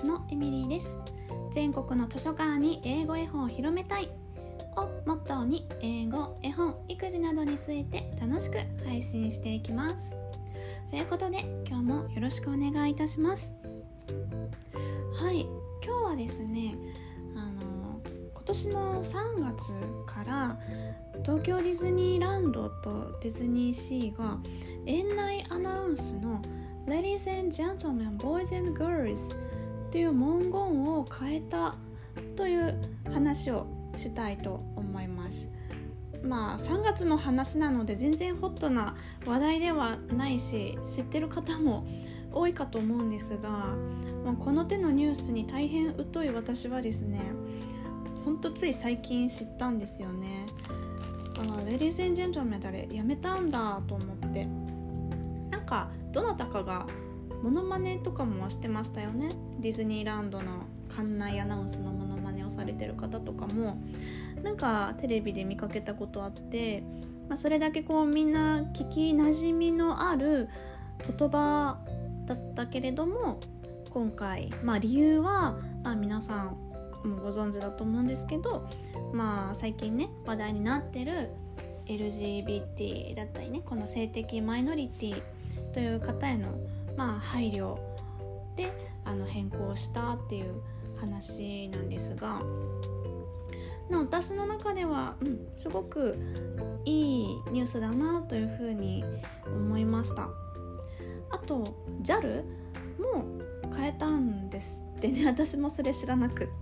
師のエミリーです。全国の図書館に英語絵本を広めたいをモットーに、英語、絵本、育児などについて楽しく配信していきます。ということで今日もよろしくお願いいたします。はい、今日はですね、今年の3月から東京ディズニーランドとディズニーシーが園内アナウンスの Ladies and Gentlemen, Boys and Girls という文言を変えたという話をしたいと思います。3月の話なので全然ホットな話題ではないし、知ってる方も多いかと思うんですが、この手のニュースに大変疎い私はですね、ほんとつい最近知ったんですよね。Ladies and Gentlemen あれやめたんだと思って、なんかどなたかがモノマネとかもしてましたよね。ディズニーランドの館内アナウンスのモノマネをされてる方とかもなんかテレビで見かけたことあって、それだけみんな聞きなじみのある言葉だったけれども、今回、理由は、皆さんもご存知だと思うんですけど、最近ね話題になってる LGBT だったりね、この性的マイノリティという方への配慮で変更したっていう話なんですが、私の中では、すごくいいニュースだなというふうに思いました。あと JAL も変えたんですってね。私もそれ知らなくって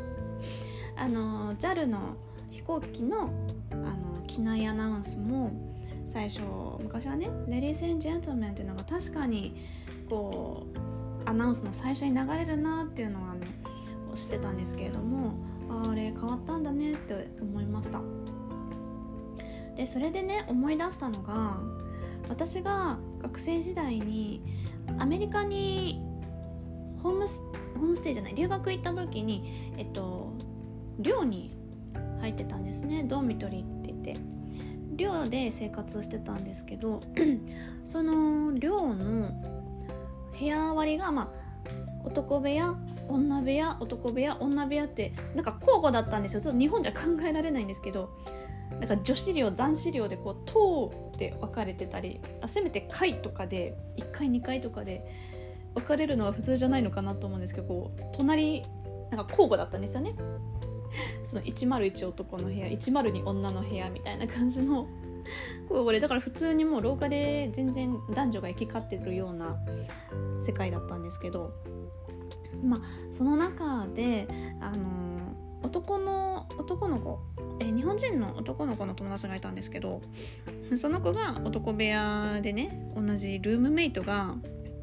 、JAL の飛行機の機内アナウンスも最初昔はね Ladies and Gentlemen っていうのが確かにアナウンスの最初に流れるなっていうのはね知ってたんですけれども、あれ変わったんだねって思いました。でそれでね思い出したのが、私が学生時代にアメリカにホームステイじゃない留学行った時に寮に入ってたんですね。ドーミトリーって言って寮で生活してたんですけどその寮の部屋割りが男部屋女部屋男部屋女部屋ってなんか交互だったんですよ。ちょっと日本じゃ考えられないんですけど、なんか女子寮男子寮で棟って分かれてたり、せめて階とかで1階2階とかで分かれるのは普通じゃないのかなと思うんですけど、隣なんか交互だったんですよね。その101男の部屋102女の部屋みたいな感じの交互で、だから普通にもう廊下で全然男女が行き交ってるような世界だったんですけど、その中で男の子、日本人の男の子の友達がいたんですけど、その子が男部屋でね、同じルームメイトが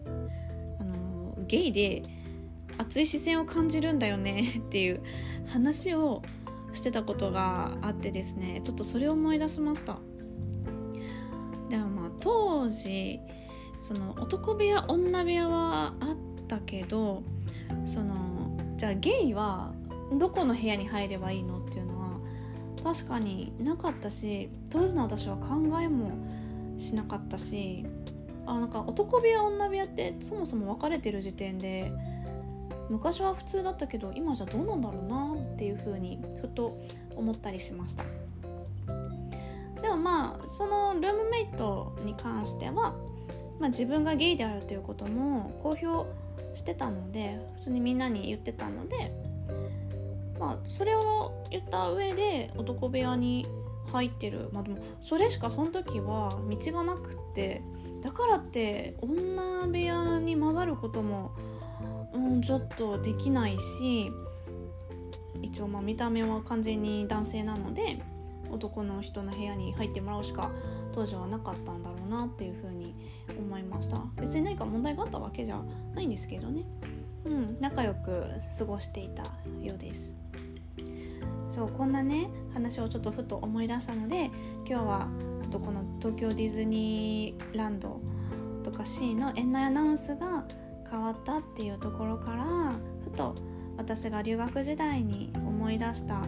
ゲイで熱い視線を感じるんだよねっていう話をしてたことがあってですね、ちょっとそれを思い出しました。でも当時その男部屋女部屋はあったけど、じゃあゲイはどこの部屋に入ればいいのっていうのは確かになかったし、当時の私は考えもしなかったし、なんか男部屋女部屋ってそもそも分かれてる時点で昔は普通だったけど今じゃどうなんだろうなっていう風にふと思ったりしました。でもそのルームメイトに関しては、自分がゲイであるということも公表してたので、普通にみんなに言ってたので、それを言った上で男部屋に入ってる、でもそれしかその時は道がなくって、だからって女部屋に混ざることもちょっとできないし、一応見た目は完全に男性なので男の人の部屋に入ってもらうしか当時はなかったんだろうなっていうふうに思いました。別に何か問題があったわけじゃないんですけどね、仲良く過ごしていたようです。こんなね話をちょっとふと思い出したので、今日はちょっとこの東京ディズニーランドとかシーの園内アナウンスが変わったっていうところから、ふと私が留学時代に思い出した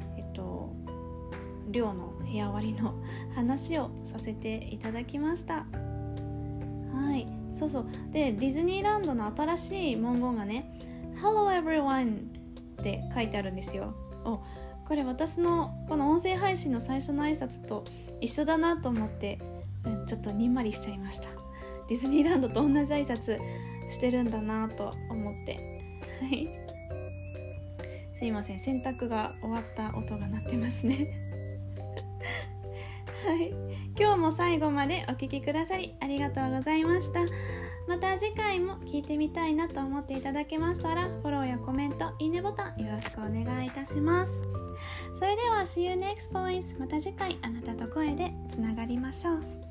寮の部屋割りの話をさせていただきました。はい、でディズニーランドの新しい文言がね Hello everyone って書いてあるんですよ。これ私のこの音声配信の最初の挨拶と一緒だなと思って、ちょっとにんまりしちゃいました。ディズニーランドと同じ挨拶してるんだなと思って、はい、すいません、洗濯が終わった音が鳴ってますねはい、今日も最後までお聞きくださりありがとうございました。また次回も聞いてみたいなと思っていただけましたら、フォローやコメント、いいねボタンよろしくお願いいたします。それでは See you next voice。 また次回あなたと声でつながりましょう。